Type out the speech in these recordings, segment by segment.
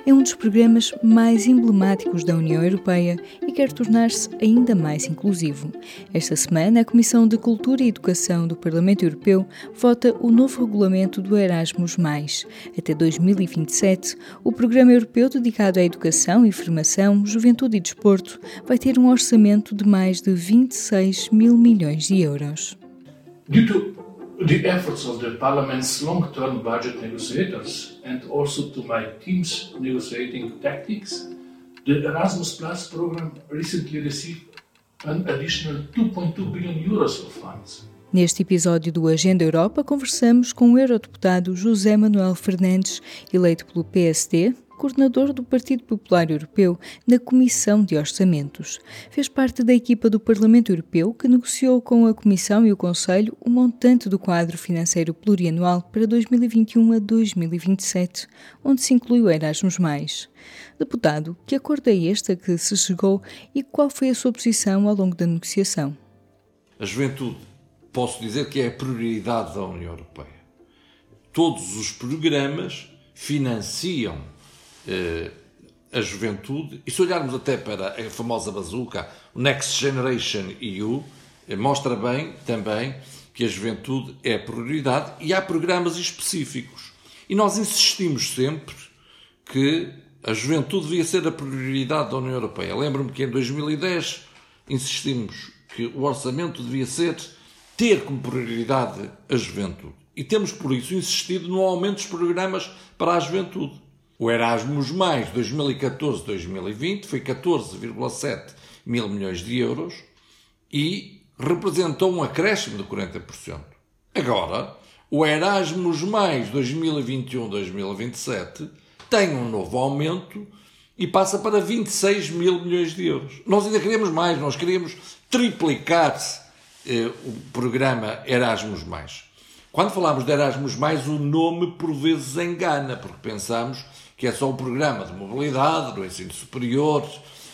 é um dos programas mais emblemáticos da União Europeia e quer tornar-se ainda mais inclusivo. Esta semana, a Comissão de Cultura e Educação do Parlamento Europeu vota o novo regulamento do Erasmus+. Até 2027, o programa europeu dedicado à educação e formação, juventude e desporto vai ter um orçamento de mais de 26 mil milhões de euros. Due to the efforts of the Parliament's long-term budget negotiators and also to my team's negotiating tactics, the Erasmus Plus program recently received an additional 2.2 billion euros of funds. Neste episódio do Agenda Europa, conversamos com o eurodeputado José Manuel Fernandes, eleito pelo PSD, coordenador do Partido Popular Europeu na Comissão de Orçamentos. Fez parte da equipa do Parlamento Europeu que negociou com a Comissão e o Conselho o montante do quadro financeiro plurianual para 2021 a 2027, onde se inclui o Erasmus+. Deputado, que acordo é este a que se chegou e qual foi a sua posição ao longo da negociação? A juventude, posso dizer que é a prioridade da União Europeia. Todos os programas financiam a juventude, e se olharmos até para a famosa bazuca, o Next Generation EU, mostra bem também que a juventude é a prioridade e há programas específicos. E nós insistimos sempre que a juventude devia ser a prioridade da União Europeia. Lembro-me que em 2010 insistimos que o orçamento devia ter como prioridade a juventude. E temos, por isso, insistido no aumento dos programas para a juventude. O Erasmus+, 2014-2020, foi 14,7 mil milhões de euros e representou um acréscimo de 40%. Agora, o Erasmus+, 2021-2027, tem um novo aumento e passa para 26 mil milhões de euros. Nós ainda queríamos mais, nós queríamos triplicar o programa Erasmus+. Quando falamos de Erasmus+, o nome por vezes engana, porque pensamos que é só um programa de mobilidade, do ensino superior.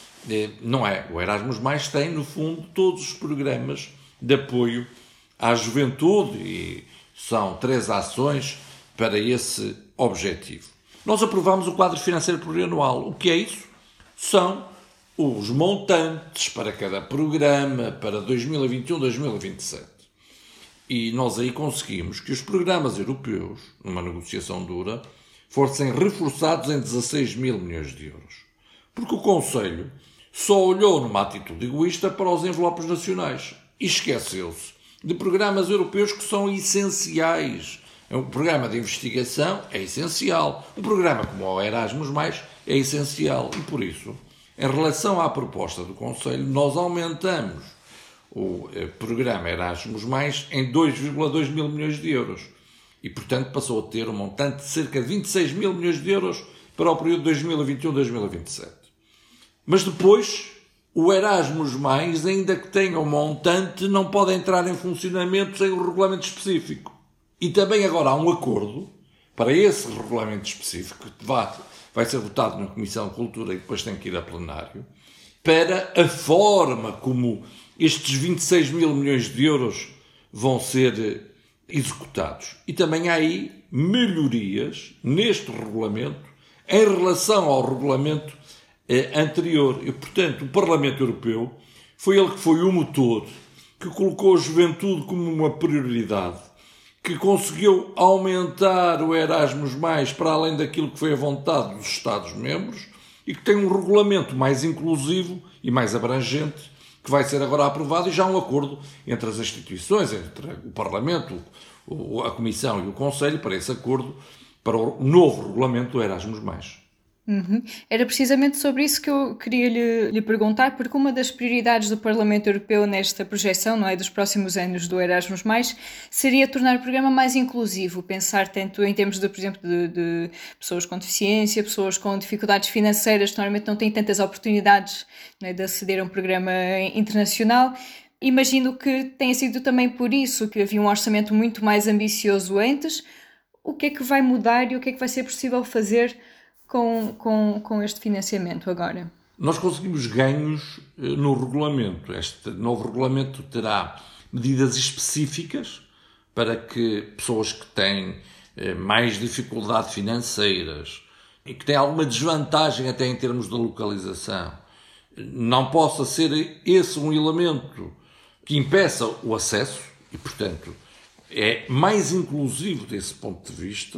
Não é. O Erasmus+, tem, no fundo, todos os programas de apoio à juventude e são 3 ações para esse objetivo. Nós aprovamos o quadro financeiro plurianual. O que é isso? São os montantes para cada programa para 2021-2027. E nós aí conseguimos que os programas europeus, numa negociação dura, fossem reforçados em 16 mil milhões de euros. Porque o Conselho só olhou numa atitude egoísta para os envelopes nacionais e esqueceu-se de programas europeus que são essenciais. Um programa de investigação é essencial. Um programa como o Erasmus+, é essencial. E por isso, em relação à proposta do Conselho, nós aumentamos o programa Erasmus+, em 2,2 mil milhões de euros. E, portanto, passou a ter um montante de cerca de 26 mil milhões de euros para o período 2021-2027. Mas depois, o Erasmus+, ainda que tenha um montante, não pode entrar em funcionamento sem um regulamento específico. E também agora há um acordo para esse regulamento específico, que vai ser votado na Comissão de Cultura e depois tem que ir a plenário, para a forma como estes 26 mil milhões de euros vão ser executados. E também há aí melhorias neste regulamento em relação ao regulamento anterior. E, portanto, o Parlamento Europeu foi ele que foi o motor, que colocou a juventude como uma prioridade, que conseguiu aumentar o Erasmus+, para além daquilo que foi a vontade dos Estados-membros e que tem um regulamento mais inclusivo e mais abrangente que vai ser agora aprovado e já há um acordo entre as instituições, entre o Parlamento, a Comissão e o Conselho para esse acordo, para o novo regulamento do Erasmus+. Era precisamente sobre isso que eu queria lhe perguntar, porque uma das prioridades do Parlamento Europeu nesta projeção, não é, dos próximos anos do Erasmus+, seria tornar o programa mais inclusivo, pensar tanto em termos, por exemplo, de pessoas com deficiência, pessoas com dificuldades financeiras, que normalmente não têm tantas oportunidades, não é, de aceder a um programa internacional. Imagino que tenha sido também por isso que havia um orçamento muito mais ambicioso antes. O que é que vai mudar e o que é que vai ser possível fazer com este financiamento agora? Nós conseguimos ganhos no regulamento. Este novo regulamento terá medidas específicas para que pessoas que têm mais dificuldades financeiras, e que tem alguma desvantagem até em termos de localização, não possa ser esse um elemento que impeça o acesso e, portanto, é mais inclusivo desse ponto de vista,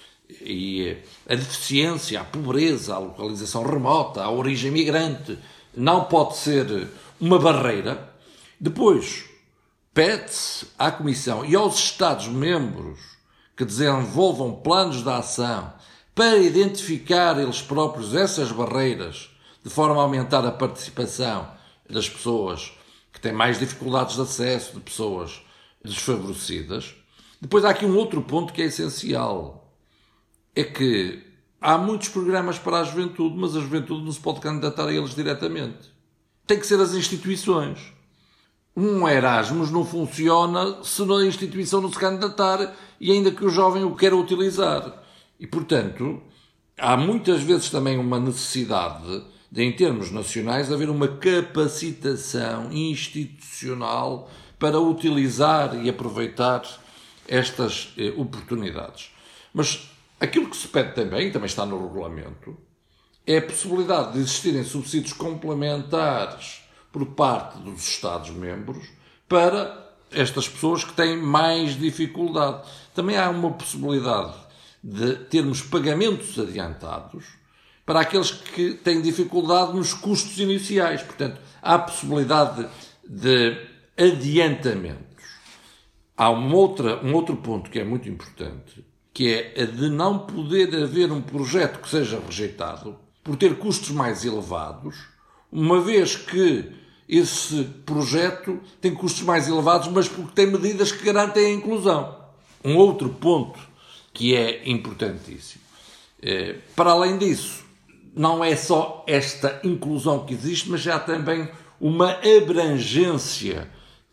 e a deficiência, a pobreza, a localização remota, a origem migrante não pode ser uma barreira. Depois, pede-se à Comissão e aos Estados-membros que desenvolvam planos de ação para identificar eles próprios essas barreiras, de forma a aumentar a participação das pessoas que têm mais dificuldades de acesso, de pessoas desfavorecidas. Depois há aqui um outro ponto que é essencial. É que há muitos programas para a juventude, mas a juventude não se pode candidatar a eles diretamente. Tem que ser as instituições. Um Erasmus não funciona se a instituição não se candidatar e ainda que o jovem o queira utilizar. E, portanto, há muitas vezes também uma necessidade de, em termos nacionais, haver uma capacitação institucional para utilizar e aproveitar estas oportunidades. Mas aquilo que se pede também está no regulamento, é a possibilidade de existirem subsídios complementares por parte dos Estados-membros para estas pessoas que têm mais dificuldade. Também há uma possibilidade de termos pagamentos adiantados para aqueles que têm dificuldade nos custos iniciais. Portanto, há a possibilidade de adiantamentos. Há um outro ponto que é muito importante, que é a de não poder haver um projeto que seja rejeitado por ter custos mais elevados, uma vez que esse projeto tem custos mais elevados, mas porque tem medidas que garantem a inclusão. Um outro ponto que é importantíssimo. Para além disso, não é só esta inclusão que existe, mas já há também uma abrangência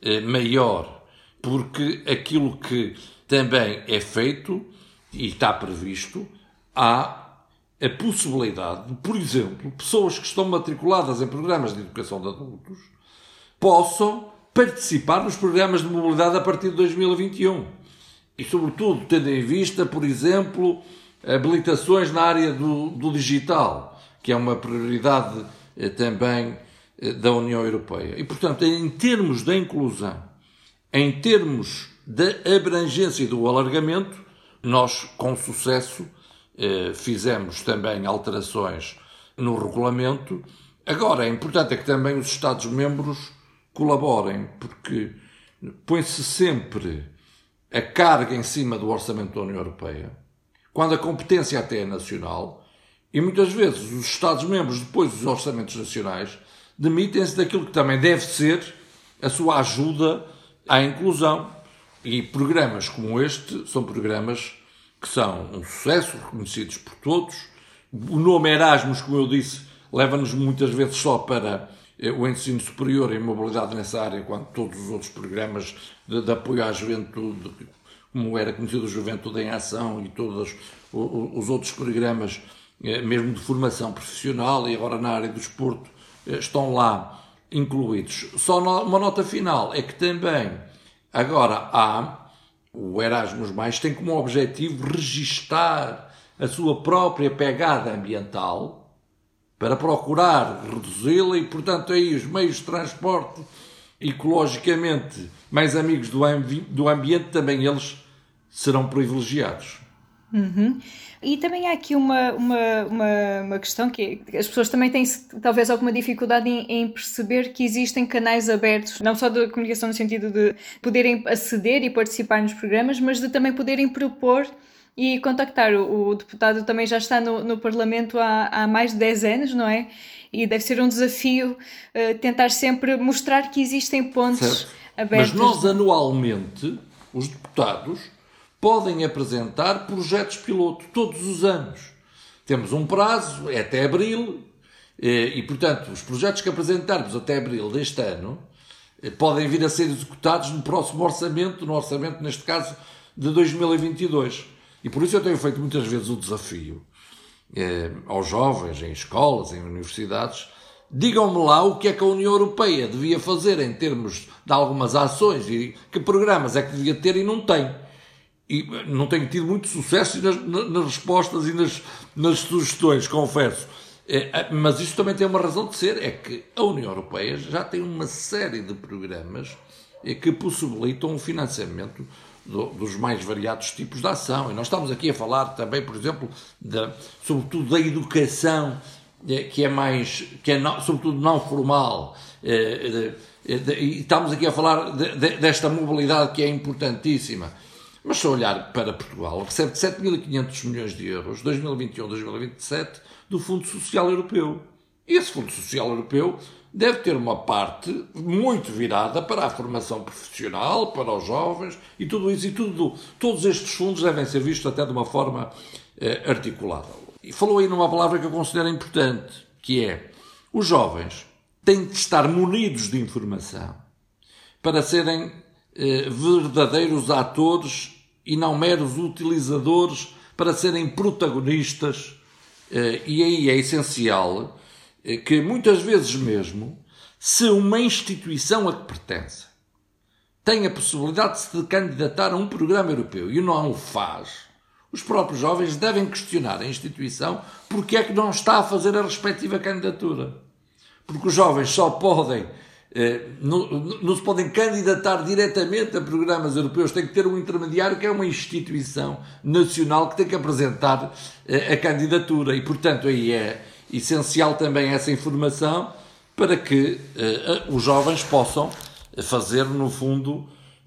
maior, porque aquilo que também é feito e está previsto, há a possibilidade de, por exemplo, pessoas que estão matriculadas em programas de educação de adultos possam participar nos programas de mobilidade a partir de 2021. E, sobretudo, tendo em vista, por exemplo, habilitações na área do digital, que é uma prioridade também da União Europeia. E, portanto, em termos da inclusão, em termos da abrangência e do alargamento, nós, com sucesso, fizemos também alterações no regulamento. Agora, é importante que também os Estados-membros colaborem, porque põe-se sempre a carga em cima do orçamento da União Europeia, quando a competência até é nacional, e muitas vezes os Estados-membros, depois dos orçamentos nacionais, demitem-se daquilo que também deve ser a sua ajuda à inclusão. E programas como este são programas que são um sucesso, reconhecidos por todos. O nome Erasmus, como eu disse, leva-nos muitas vezes só para o ensino superior e a mobilidade nessa área, quando todos os outros programas de apoio à juventude, como era conhecido o Juventude em Ação e todos os outros programas, mesmo de formação profissional e agora na área do desporto, estão lá incluídos. Só uma nota final é que também agora o Erasmus+, tem como objetivo registar a sua própria pegada ambiental para procurar reduzi-la e, portanto, aí os meios de transporte ecologicamente mais amigos do ambiente, também eles serão privilegiados. Uhum. E também há aqui uma questão que as pessoas também têm talvez alguma dificuldade em perceber que existem canais abertos, não só de comunicação no sentido de poderem aceder e participar nos programas, mas de também poderem propor e contactar. O deputado também já está no Parlamento há mais de 10 anos, não é? E deve ser um desafio tentar sempre mostrar que existem pontes abertos. Mas nós anualmente, os deputados, podem apresentar projetos piloto todos os anos. Temos um prazo, é até abril, e, portanto, os projetos que apresentarmos até abril deste ano podem vir a ser executados no próximo orçamento, no orçamento, neste caso, de 2022. E por isso eu tenho feito muitas vezes o desafio aos jovens, em escolas, em universidades, digam-me lá o que é que a União Europeia devia fazer em termos de algumas ações e que programas é que devia ter e não tem. e não tenho tido muito sucesso nas respostas e nas sugestões, confesso. Mas isto também tem uma razão de ser, é que a União Europeia já tem uma série de programas que possibilitam o financiamento dos mais variados tipos de ação. E nós estamos aqui a falar também, por exemplo, sobretudo da educação, que é sobretudo não formal, e estamos aqui a falar desta mobilidade que é importantíssima. Mas se olhar para Portugal, recebe 7.500 milhões de euros, 2021-2027, do Fundo Social Europeu. E esse Fundo Social Europeu deve ter uma parte muito virada para a formação profissional, para os jovens, e tudo isso, todos estes fundos devem ser vistos até de uma forma articulada. E falou aí numa palavra que eu considero importante, que é, os jovens têm de estar munidos de informação para serem verdadeiros atores e não meros utilizadores, para serem protagonistas, e aí é essencial que muitas vezes mesmo, se uma instituição a que pertence tem a possibilidade de se candidatar a um programa europeu e não o faz, os próprios jovens devem questionar a instituição porque é que não está a fazer a respectiva candidatura. Porque os jovens só podem, não se podem candidatar diretamente a programas europeus, tem que ter um intermediário que é uma instituição nacional que tem que apresentar a candidatura e, portanto, aí é essencial também essa informação para que os jovens possam fazer, no fundo,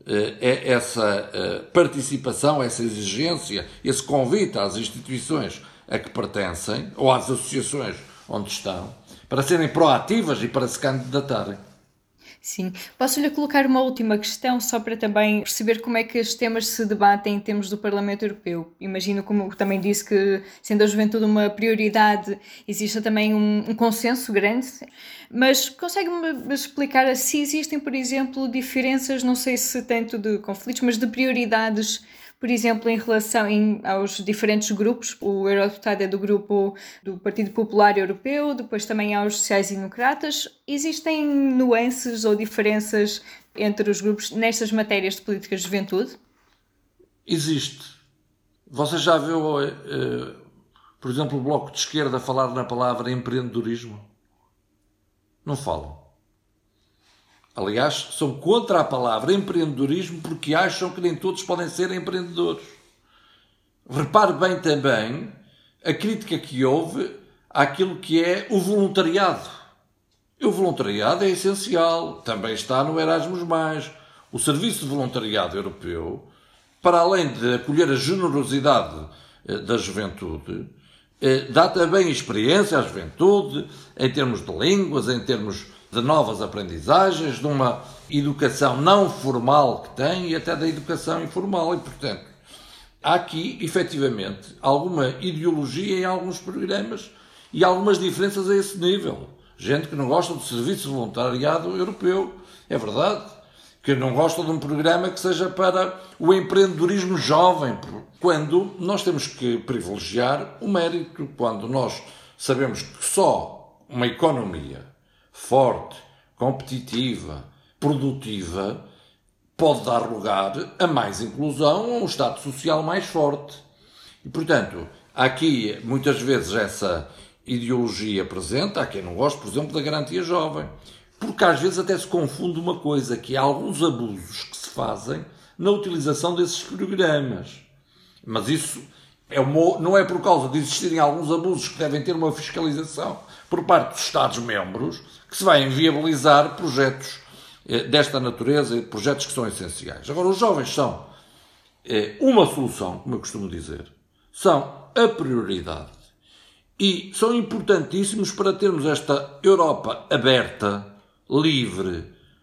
essa participação, essa exigência, esse convite às instituições a que pertencem, ou às associações onde estão, para serem proativas e para se candidatarem. Sim. Posso-lhe colocar uma última questão, só para também perceber como é que estes temas se debatem em termos do Parlamento Europeu. Imagino, como também disse, que sendo a juventude uma prioridade, existe também um consenso grande, mas consegue-me explicar se existem, por exemplo, diferenças, não sei se tanto de conflitos, mas de prioridades, por exemplo, em relação aos diferentes grupos. O eurodeputado é do grupo do Partido Popular Europeu, depois também há os sociais-democratas. Existem nuances ou diferenças entre os grupos nestas matérias de políticas de juventude? Existe. Você já viu, por exemplo, o Bloco de Esquerda falar na palavra empreendedorismo? Não falam. Aliás, são contra a palavra empreendedorismo porque acham que nem todos podem ser empreendedores. Repare bem também a crítica que houve àquilo que é o voluntariado. E o voluntariado é essencial, também está no Erasmus+. O Serviço de Voluntariado Europeu, para além de acolher a generosidade da juventude, dá também experiência à juventude em termos de línguas, em termos de novas aprendizagens, de uma educação não formal que tem e até da educação informal. E, portanto, há aqui, efetivamente, alguma ideologia em alguns programas e algumas diferenças a esse nível. Gente que não gosta do Serviço de Voluntariado Europeu, é verdade, que não gosta de um programa que seja para o empreendedorismo jovem, quando nós temos que privilegiar o mérito, quando nós sabemos que só uma economia forte, competitiva, produtiva, pode dar lugar a mais inclusão, a um Estado social mais forte. E, portanto, há aqui muitas vezes essa ideologia presente. Há quem não goste, por exemplo, da garantia jovem, porque às vezes até se confunde uma coisa, que há alguns abusos que se fazem na utilização desses programas. Mas isso não é por causa de existirem alguns abusos que devem ter uma fiscalização por parte dos Estados-membros que se vai inviabilizar projetos desta natureza e projetos que são essenciais. Agora, os jovens são uma solução, como eu costumo dizer, são a prioridade e são importantíssimos para termos esta Europa aberta, livre,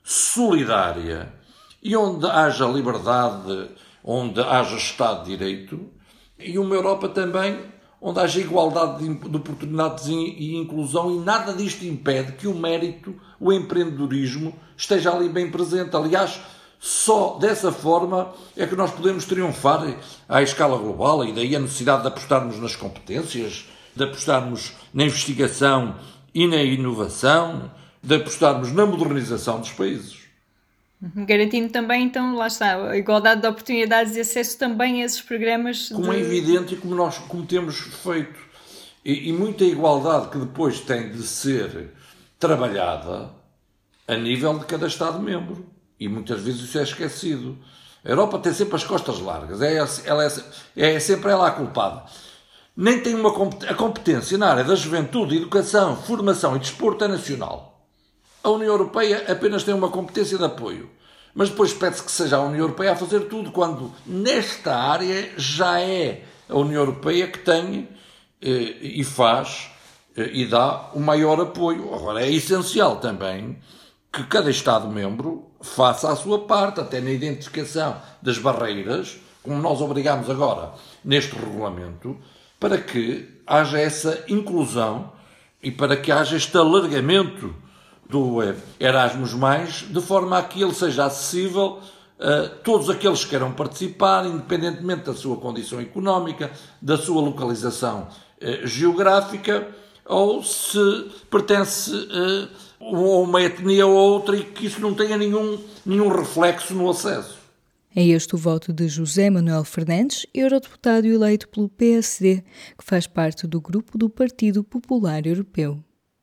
solidária e onde haja liberdade, onde haja Estado de Direito e uma Europa também onde haja igualdade de oportunidades e inclusão, e nada disto impede que o mérito, o empreendedorismo, esteja ali bem presente. Aliás, só dessa forma é que nós podemos triunfar à escala global, e daí a necessidade de apostarmos nas competências, de apostarmos na investigação e na inovação, de apostarmos na modernização dos países. Garantindo também, então, lá está, a igualdade de oportunidades e acesso também a esses programas. Como é evidente e como temos feito, e muita igualdade que depois tem de ser trabalhada a nível de cada Estado-membro. E muitas vezes isso é esquecido. A Europa tem sempre as costas largas, é sempre ela a culpada. Nem tem a competência na área da juventude, educação, formação e desporto é nacional. A União Europeia apenas tem uma competência de apoio. Mas depois pede-se que seja a União Europeia a fazer tudo, quando nesta área já é a União Europeia que tem e faz e dá o maior apoio. Agora, é essencial também que cada Estado-membro faça a sua parte, até na identificação das barreiras, como nós obrigamos agora neste regulamento, para que haja essa inclusão e para que haja este alargamento do Erasmus+, de forma a que ele seja acessível a todos aqueles que queiram participar, independentemente da sua condição económica, da sua localização geográfica, ou se pertence a uma etnia ou outra, e que isso não tenha nenhum reflexo no acesso. É este o voto de José Manuel Fernandes, eurodeputado eleito pelo PSD, que faz parte do grupo do Partido Popular Europeu.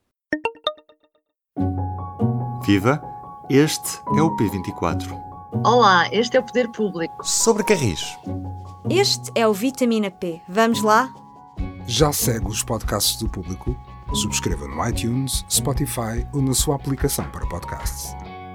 Viva! Este é o P24. Olá, este é o Poder Público. Sobre Carris. Este é o Vitamina P. Vamos lá? Já segue os podcasts do Público? Subscreva no iTunes, Spotify ou na sua aplicação para podcasts.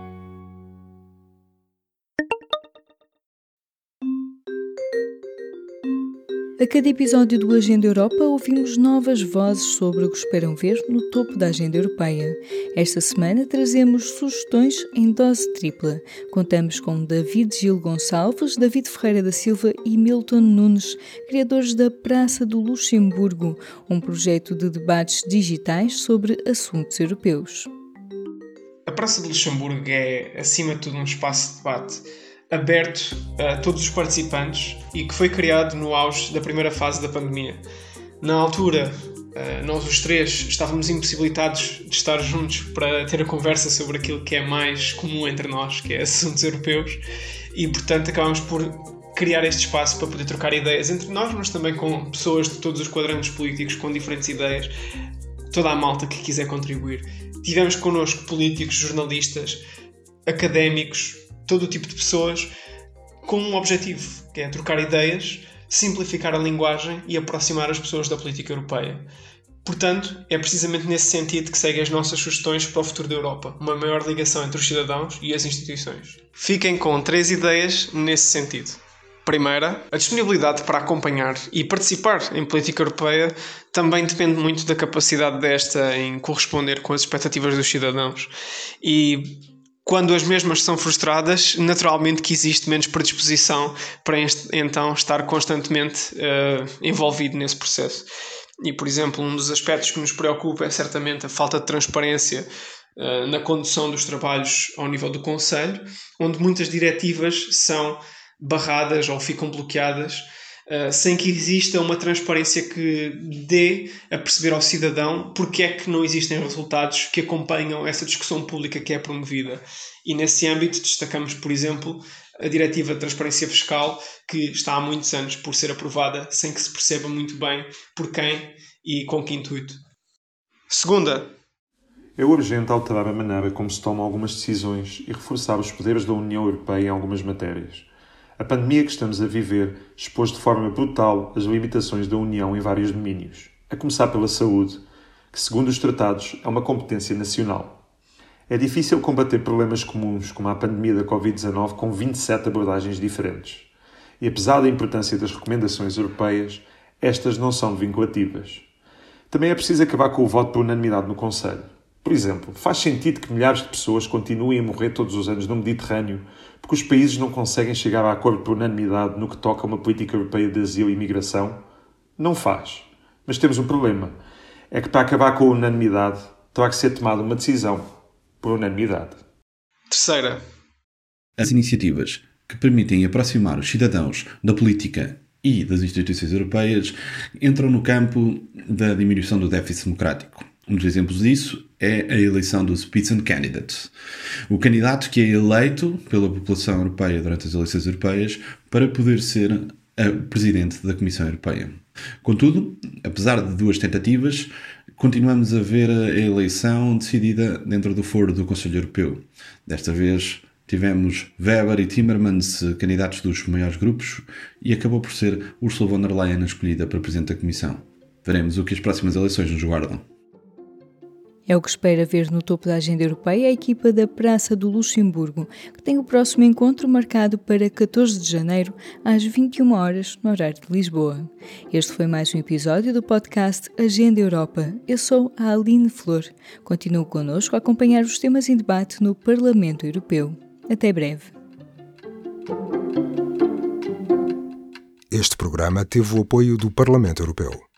A cada episódio do Agenda Europa ouvimos novas vozes sobre o que esperam ver no topo da agenda europeia. Esta semana trazemos sugestões em dose tripla. Contamos com David Gil Gonçalves, David Ferreira da Silva e Milton Nunes, criadores da Praça do Luxemburgo, um projeto de debates digitais sobre assuntos europeus. A Praça do Luxemburgo é, acima de tudo, um espaço de debate aberto a todos os participantes e que foi criado no auge da primeira fase da pandemia. Na altura, nós os três estávamos impossibilitados de estar juntos para ter a conversa sobre aquilo que é mais comum entre nós, que é assuntos europeus, e portanto acabámos por criar este espaço para poder trocar ideias entre nós, mas também com pessoas de todos os quadrantes políticos com diferentes ideias, toda a malta que quiser contribuir. Tivemos connosco políticos, jornalistas, académicos, todo o tipo de pessoas com um objetivo, que é trocar ideias, simplificar a linguagem e aproximar as pessoas da política europeia. Portanto, é precisamente nesse sentido que seguem as nossas sugestões para o futuro da Europa, uma maior ligação entre os cidadãos e as instituições. Fiquem com 3 ideias nesse sentido. Primeira, a disponibilidade para acompanhar e participar em política europeia também depende muito da capacidade desta em corresponder com as expectativas dos cidadãos. E quando as mesmas são frustradas, naturalmente que existe menos predisposição para então estar constantemente envolvido nesse processo. E, por exemplo, um dos aspectos que nos preocupa é certamente a falta de transparência na condução dos trabalhos ao nível do Conselho, onde muitas diretivas são barradas ou ficam bloqueadas sem que exista uma transparência que dê a perceber ao cidadão porque é que não existem resultados que acompanham essa discussão pública que é promovida. E nesse âmbito destacamos, por exemplo, a Diretiva de Transparência Fiscal, que está há muitos anos por ser aprovada sem que se perceba muito bem por quem e com que intuito. Segunda, é urgente alterar a maneira como se tomam algumas decisões e reforçar os poderes da União Europeia em algumas matérias. A pandemia que estamos a viver expôs de forma brutal as limitações da União em vários domínios, a começar pela saúde, que, segundo os tratados, é uma competência nacional. É difícil combater problemas comuns, como a pandemia da Covid-19, com 27 abordagens diferentes. E apesar da importância das recomendações europeias, estas não são vinculativas. Também é preciso acabar com o voto por unanimidade no Conselho. Por exemplo, faz sentido que milhares de pessoas continuem a morrer todos os anos no Mediterrâneo porque os países não conseguem chegar a acordo por unanimidade no que toca a uma política europeia de asilo e imigração? Não faz. Mas temos um problema. É que para acabar com a unanimidade, terá que ser tomada uma decisão por unanimidade. Terceira, as iniciativas que permitem aproximar os cidadãos da política e das instituições europeias entram no campo da diminuição do déficit democrático. Um dos exemplos disso é a eleição do Spitzenkandidat, o candidato que é eleito pela população europeia durante as eleições europeias para poder ser a presidente da Comissão Europeia. Contudo, apesar de 2 tentativas, continuamos a ver a eleição decidida dentro do foro do Conselho Europeu. Desta vez tivemos Weber e Timmermans candidatos dos maiores grupos e acabou por ser Ursula von der Leyen a escolhida para presidente da Comissão. Veremos o que as próximas eleições nos guardam. É o que espera ver no topo da agenda europeia a equipa da Praça do Luxemburgo, que tem o próximo encontro marcado para 14 de janeiro, às 21 horas, no horário de Lisboa. Este foi mais um episódio do podcast Agenda Europa. Eu sou a Aline Flor. Continuo connosco a acompanhar os temas em debate no Parlamento Europeu. Até breve. Este programa teve o apoio do Parlamento Europeu.